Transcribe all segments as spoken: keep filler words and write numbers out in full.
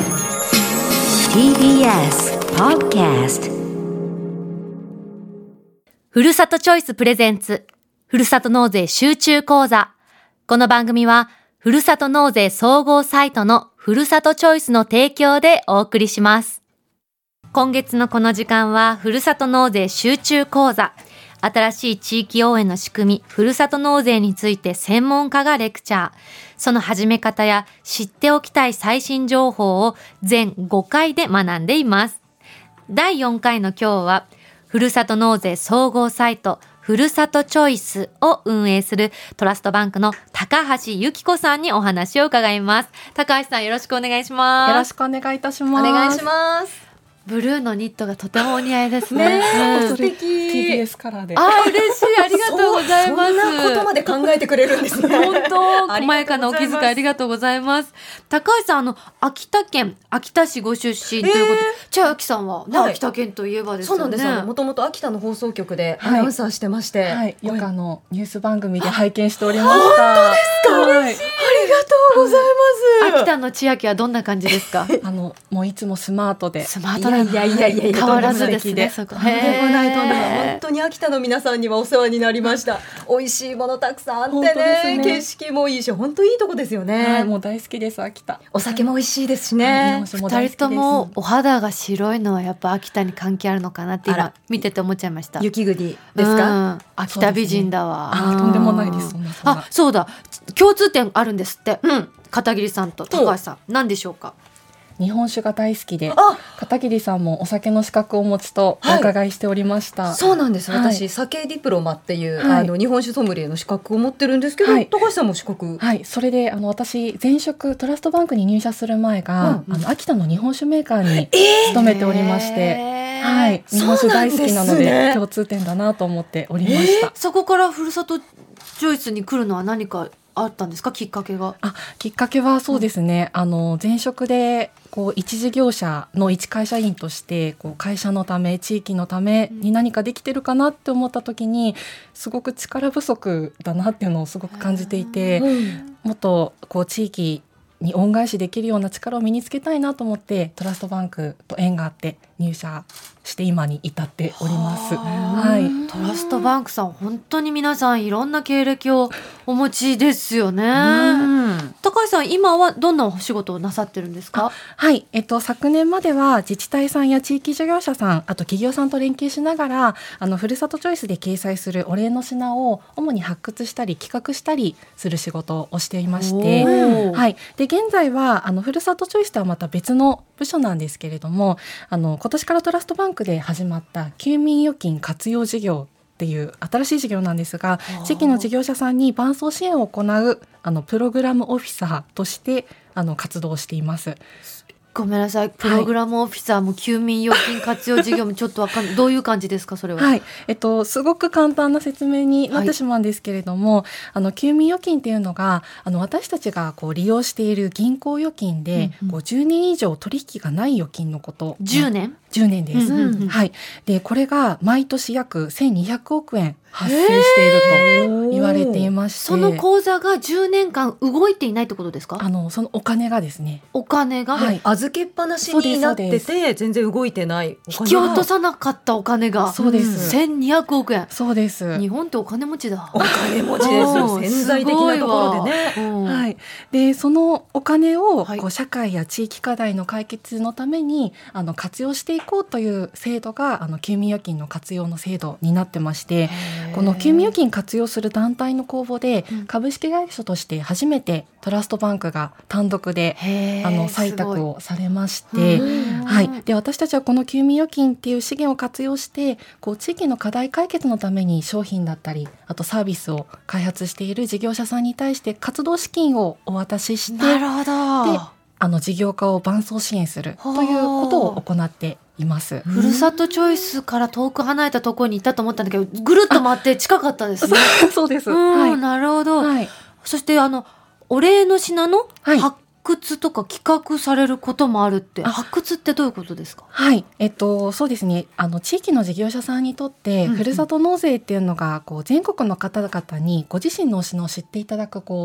ティービーエス Podcast ふるさとチョイスプレゼンツふるさと納税集中講座。この番組はふるさと納税総合サイトのふるさとチョイスの提供でお送りします。今月のこの時間はふるさと納税集中講座、新しい地域応援の仕組み、ふるさと納税について専門家がレクチャー。その始め方や知っておきたい最新情報を全ごかいで学んでいます。だいよんかいの今日は、ふるさと納税総合サイト、ふるさとチョイスを運営するトラストバンクの高橋由紀子さんにお話を伺います。高橋さん、よろしくお願いします。 よろしくお願いいたします。 お願いします。 ブルーのニットがとてもお似合いですね。 ね、 うん、 素敵。 ティービーエス カラーで。 あ、嬉しい。ありがとうございます。 そんなことまで考えてくれるんですね。 本当、細やかなお気遣いありがとうございます。高橋さん、あの秋田県秋田市ご出身ということで、千秋さんは、ね、はい、秋田県といえばですよね。 そうなんですよ。もともと秋田の放送局でアナウンサーしてまして、 はいはい、よくあのニュース番組で拝見しておりました。 本当ですか。はい、嬉しい。ありがとうございます。 秋田の千秋はどんな感じですか。 あのもういつもスマートで、 スマートなんだ。 いやいやいやいや、 変わらずですね。そこ。 とんでもないとんでもない。本当に秋田の皆さんにはお世話になりました。美味しいものたくさんあってね、ね、景色もいいし、本当いいとこですよね。 はい、もう大好きです秋田。 お酒も美味しいですしね。 二、はい、人ともお肌が白いのはやっぱ秋田に関係あるのかなって今見てて思っちゃいました。 雪国ですか。うん、 秋田美人だわ。 ね、あ、とんでもないです。そんなそんな。 あ、そうだ。共通点あるんですって。うん、片桐さんと高橋さん、何でしょうか。 日本酒が大好きで、片桐さんもお酒の資格をお持ちとお伺いしておりました。 はい、そうなんです。私、はい、酒ディプロマっていう、はい、あの日本酒ソムリエの資格を持ってるんですけど、はい、高橋さんも資格。 はい、それであの私前職トラストバンクに入社する前が、うん、あの秋田の日本酒メーカーに勤めておりまして、えー、はい、日本酒大好きなので、ね、共通点だなと思っておりました。 えー、そこからふるさとチョイスに来るのは何かあったんですか、きっかけが。 あ、きっかけはそうですね、うん、あの前職でこう一事業者の一会社員としてこう会社のため地域のために何かできてるかなって思った時にすごく力不足だなっていうのをすごく感じていて、うん、もっとこう地域に恩返しできるような力を身につけたいなと思ってトラストバンクと縁があって入社して今に至っております。はい、 トラストバンクさん本当に皆さんいろんな経歴をお持ちですよね。高橋さん、今はどんなお仕事をなさってるんですか。 はい、えっと、昨年までは自治体さんや地域事業者さん、あと企業さんと連携しながらあのふるさとチョイスで掲載するお礼の品を主に発掘したり企画したりする仕事をしていまして、はい、で現在はあのふるさとチョイスとはまた別の部署なんですけれども、あの今年からトラストバンクで始まった休眠預金活用事業っていう新しい事業なんですが、地域の事業者さんに伴走支援を行うあのプログラムオフィサーとしてあの活動しています。 ごめんなさい、プログラムオフィサーも休眠預金活用事業もちょっとわかんないどういう感じですか、それは。 はい、えっと、すごく簡単な説明になってしまうんですけれども、はい、あの休眠預金っていうのがあの私たちがこう利用している銀行預金で、うんうん、こうじゅうねん以上取引がない預金のこと。 じゅうねんじゅうねんです、うんうんうん、はい、でこれが毎年約せんにひゃくおくえん発生していると言われていまして、 その口座がじゅうねんかん動いていないってことですか。 あのそのお金がですね、 お金が、 はい、預けっぱなしになってて全然動いてないお金引き落とさなかったお金が。 そうです、 せんにひゃくおくえん。 そうです。 日本ってお金持ちだ。 お金持ちですよ。潜在的なところでね、 はい、でそのお金をこう社会や地域課題の解決のためにあの活用していこうという制度があの休眠預金の活用の制度になってまして、この休眠預金活用する団体の公募で、うん、株式会社として初めてトラストバンクが単独であの採択をされまして、はい、で私たちはこの休眠預金っていう資源を活用してこう地域の課題解決のために商品だったりあとサービスを開発している事業者さんに対して活動資金をお渡しして、 なるほど、 であの事業化を伴走支援するということを行っています。 ふるさとチョイスから遠く離れたところにいたと思ったんだけど、ぐるっと回って近かったですね。 そうです、 うん、 はい、 なるほど、 はい、 そしてあのお礼の品の発掘とか企画されることもあるって、はい、発掘ってどういうことですか。 はい、えっと、そうですね、あの地域の事業者さんにとって、うんうん、ふるさと納税っていうのがこう全国の方々にご自身のお品を知っていただくこう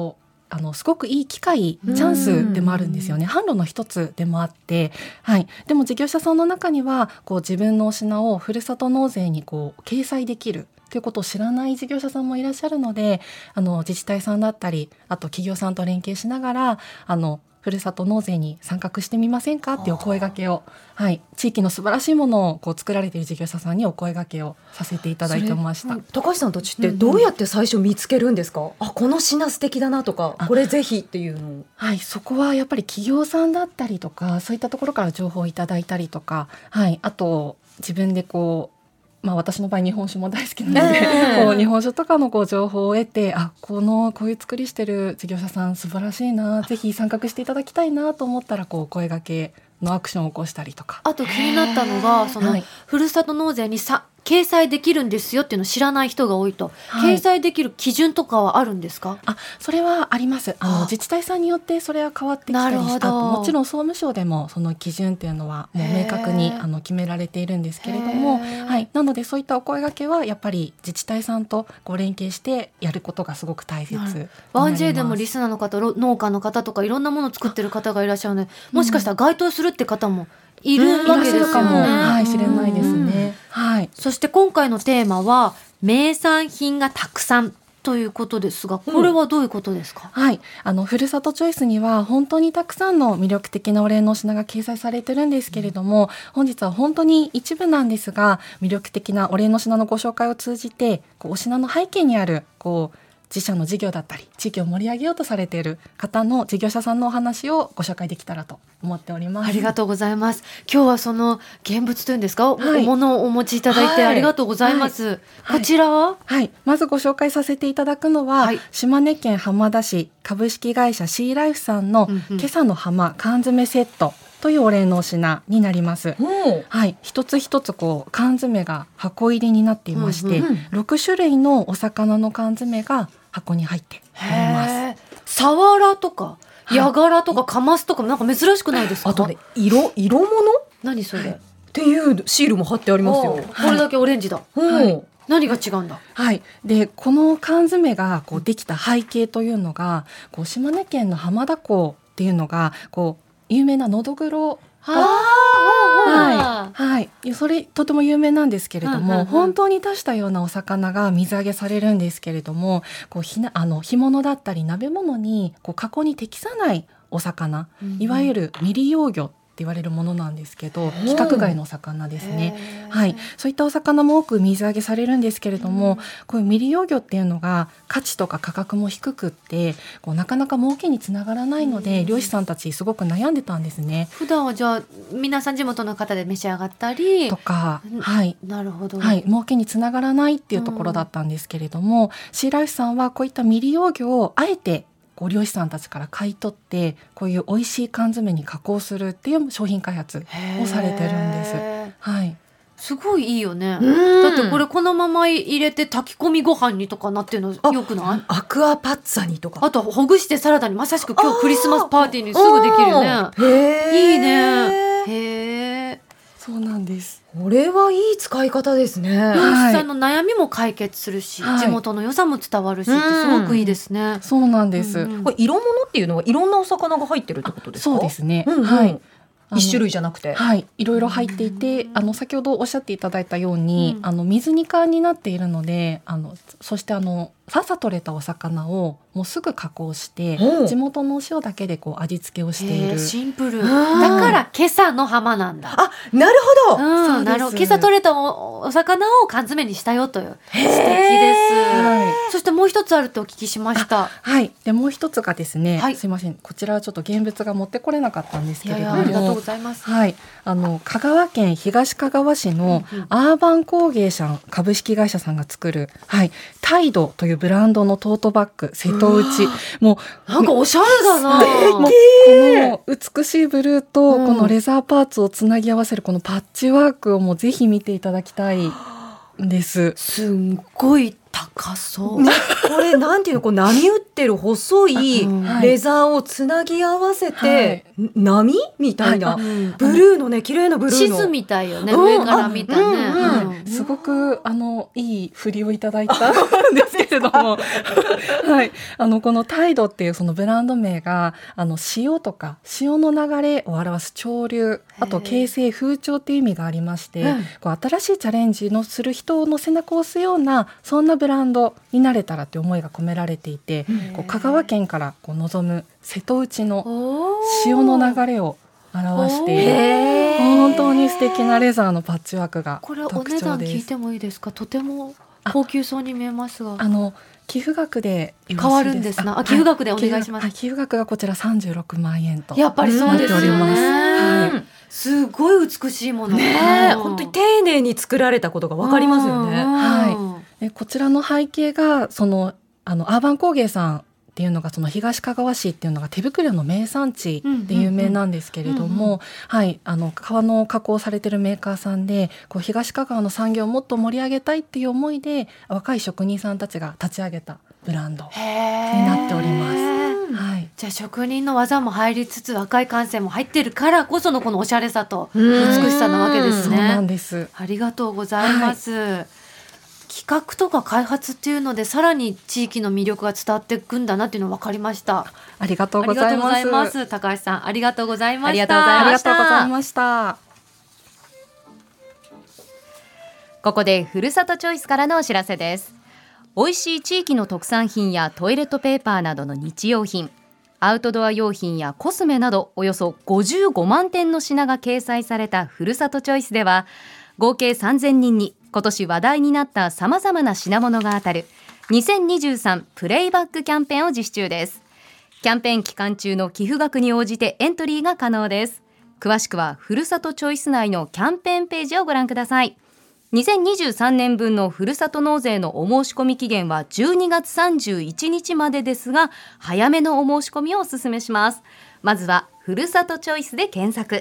あのすごくいい機会チャンスでもあるんですよね。販路の一つでもあって、はい、でも事業者さんの中にはこう自分のお品をふるさと納税にこう掲載できるということを知らない事業者さんもいらっしゃるので、あの自治体さんだったりあと企業さんと連携しながらあのふるさと納税に参画してみませんかっていうお声掛けを、はい、地域の素晴らしいものをこう作られている事業者さんにお声掛けをさせていただいてました。 高橋さんたちってどうやって最初見つけるんですか？うんうん、あこの品素敵だなとかこれぜひっていうの。 はい、そこはやっぱり企業さんだったりとかそういったところから情報をいただいたりとか、はい、あと自分でこうまあ、私の場合日本酒も大好きなので、えー、こう日本酒とかのこう情報を得てあこのこういう作りしてる事業者さん素晴らしいなぜひ参画していただきたいなと思ったらこう声掛けのアクションを起こしたりとか。 あと気になったのがその、はい、ふるさと納税にさ掲載できるんですよっていうのを知らない人が多いと、はい、掲載できる基準とかはあるんですか？ あそれはあります。あの自治体さんによってそれは変わってきたりして、もちろん総務省でもその基準っていうのはもう明確にあの決められているんですけれども、はい、なのでそういったお声掛けはやっぱり自治体さんとご連携してやることがすごく大切になります。 ワンジェー でもリスナーの方農家の方とかいろんなものを作ってる方がいらっしゃるので、もしかしたら該当するって方もいるわけですよね。 かも、はい、知れないですね。はい。 そして今回のテーマは名産品がたくさんということですが、これはどういうことですか？ うん、はい、あのふるさとチョイスには本当にたくさんの魅力的なお礼の品が掲載されてるんですけれども、本日は本当に一部なんですが魅力的なお礼の品のご紹介を通じてこうお品の背景にあるこう自社の事業だったり地域を盛り上げようとされている方の事業者さんのお話をご紹介できたらと思っております。 ありがとうございます。今日はその現物というんですか、はい、お物をお持ちいただいてありがとうございます。はいはい、こちらは、 はい、まずご紹介させていただくのは、はい、島根県浜田市株式会社シーライフさんの今朝の浜缶詰セットというお礼のお品になります。はい、一つ一つこう缶詰が箱入りになっていまして、うんうん、ろく種類のお魚の缶詰が箱に入っております。 サワラとかヤガラとかカマスとかなんか珍しくないですか？ あとね色色物何それ、はい、 っていうシールも貼ってありますよ。 これだけオレンジだ。はい、何が違うんだ？ はい、でこの缶詰がこうできた背景というのがこう島根県の浜田港っていうのがこう有名なのどぐろが、はいはい、それとても有名なんですけれども、うんうんうん、本当に出したようなお魚が水揚げされるんですけれども、こうひなあの干物だったり鍋物にこう加工に適さないお魚、うんうん、いわゆる未利用魚って言われるものなんですけど、規格外のお魚ですね。はい、そういったお魚も多く水揚げされるんですけれども、うん、こういう未利用魚っていうのが価値とか価格も低くってこうなかなか儲けにつながらないので、うん、漁師さんたちすごく悩んでたんですね。 普段はじゃあ皆さん地元の方で召し上がったりとか、はい、 なるほど、 はい、儲けにつながらないっていうところだったんですけれども、うん、シーライフさんはこういった未利用魚をあえてご漁師さんたちから買い取ってこういう美味しい缶詰に加工するっていう商品開発をされてるんです。はい、 すごいいいよね。だってこれこのまま入れて炊き込みご飯にとかなってるのよくない？ アクアパッツァにとか、 あとほぐしてサラダに、まさしく今日クリスマスパーティーにすぐできるよね。へいいね。へー、 そうなんです。 これはいい使い方ですね。 漁師さんの悩みも解決するし、はい、地元の良さも伝わるし、ってすごくいいですね。 うん、そうなんです。 うんうん、これ色物っていうのはいろんなお魚が入ってるってことですか？ そうですね。 うんうん、はい。一種類じゃなくて、 はい、いろいろ入っていて、あの先ほどおっしゃっていただいたように、うん、あの水煮缶になっているので、あのそしてあのさっさ取れたお魚をもうすぐ加工して、うん、地元のお塩だけでこう味付けをしている。 シンプルだから今朝の浜なんだ。 あ、なるほど、 うん、なるほど。今朝取れた お, お魚を缶詰にしたよという。素敵です、はい、そしてもう一つあるとお聞きしました。 はい、でもう一つがですね、はい、すいません、こちらはちょっと現物が持ってこれなかったんですけれども、いやいや、 ありがとうございます。 はい、あの香川県東香川市のアーバン工芸社株式会社さんが作る、はい、タイドというブランドのトートバッグ瀬戸内、もうなんかおしゃれだな。 もうこの美しいブルーとこのレザーパーツをつなぎ合わせるこのパッチワークをもうぜひ見ていただきたいんです。 すんごい高そう、 ね、これなんていうの、こう波打ってる細いはいレザーをつなぎ合わせて、 はい波みたいな、 はいうんブルーのね、綺麗なブルーの地図みたいよね、 うん上から見たね、 あうんうんすごくあのいい振りをいただいたんですけれどもはい、あのこのタイドっていうそのブランド名があの潮とか潮の流れを表す潮流、あと形成風潮っていう意味がありまして、 うんこう新しいチャレンジのする人の背中を押すようなそんなブランドになれたらって思いが込められていて、こう香川県からこう望む瀬戸内のおー潮の流れを表しているへー本当に素敵なレザーのパッチワークがこれお特値徴です。 段聞いてもいいですか？とても高級そうに見えますが。 あの寄付額でよろしいですか？ 変わるんですなあ寄付額でお願いしますは寄付額がこちらさんじゅうろくまんえんとやっぱりそうですよね。 なっております。はいすごい美しいもの。 ね、 うん本当に丁寧に作られたことがわかりますよね。 はでこちらの背景がそのあのアーバン工芸さんっていうのがその東かがわ市っていうのが手袋の名産地で有名なんですけれどうんうんも、はいあの革の加工されてるメーカーさんでこう東かがわの産業をもっと盛り上げたいっていう思いで若い職人さんたちが立ち上げたブランドにへーなっております。はいじゃあ職人の技も入りつつ若い感性も入ってるからこそのこのおしゃれさと美うんしさなわけですそうなんね。 です。 ありがとうございます。企画とか開発っていうのでさらに地域の魅力が伝わっていくんだなっていうの分かりました。 ありがとうありがとうごございます。 ざいます。高橋さんありがとうございました。 ありがとうございありがましたとうございました。 ここでふるさとチョイスからのお知らせです。美味しい地域の特産品やトイレットペーパーなどの日用品、アウトドア用品やコスメなどおよそごじゅうごまんてんの品が掲載されたふるさとチョイスでは、合計さんぜんにんに今年話題になったさまざまな品物が当たるにせんにじゅうさんプレイバックキャンペーンを実施中です。キャンペーン期間中の寄付額に応じてエントリーが可能です。詳しくはふるさとチョイス内のキャンペーンページをご覧ください。にせんにじゅうさんねんぶんのふるさと納税のお申し込み期限はじゅうにがつさんじゅういちにちまでですが、早めのお申し込みをお勧めします。まずはふるさとチョイスで検索。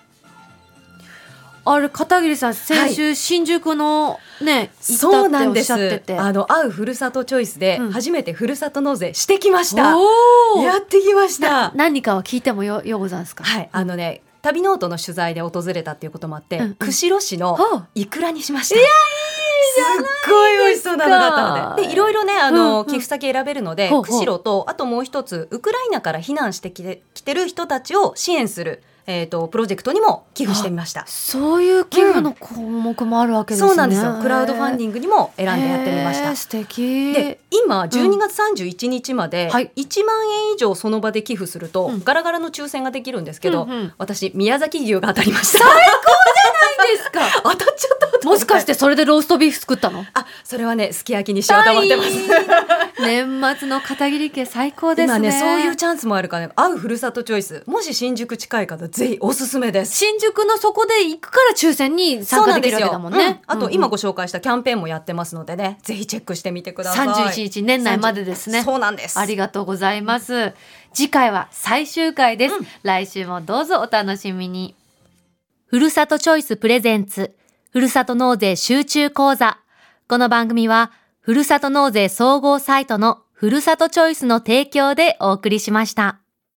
あれ片桐さん先週新宿のね、 そうなんで行ったっておっしゃってす。 て、 あの会うふるさとチョイスでうん初めてふるさと納税してきました。 おーやってきました。 何かは聞いてもよようござんすか？ はい、あのね、旅ノートの取材で訪れたっていうこともあって、 うんうん釧路市のはあイクラにしました。いやいいじゃないですか。すっごい美味しそうなのだったので、でいろいろね、あの、 うんうん寄付先選べるので、 ほうほう釧路とあともう一つウクライナから避難してきてきてる人たちを支援する。えー、とプロジェクトにも寄付してみました。 そういう寄付の項目もあるわけですね。 そうなんですよ。クラウドファンディングにも選んでやってみました。 素敵。 で今じゅうにがつさんじゅういちにちまではいいちまんえん以上その場で寄付すると、 うんガラガラの抽選ができるんですけど、 うんうん私宮崎牛が当たりました。 いいですか？ 当たっちゃった。 もしかしてそれでローストビーフ作ったの？ あ、それはね、すき焼きにしようと思ってます。 年末の片桐家最高ですね。 今ね、そういうチャンスもあるからね、会うふるさとチョイス、もし新宿近い方ぜひおすすめです。 新宿のそこで行くから抽選に参加できるわけだもんね。 うんあと今うんご紹介したキャンペーンもやってますのでね、ぜひチェックしてみてください。 さんじゅういちにち年内までですね。 そうなんです。 ありがとうございます。次回は最終回です。 うん来週もどうぞお楽しみに。ふるさとチョイスプレゼンツ、ふるさと納税集中講座。この番組は、ふるさと納税総合サイトのふるさとチョイスの提供でお送りしました。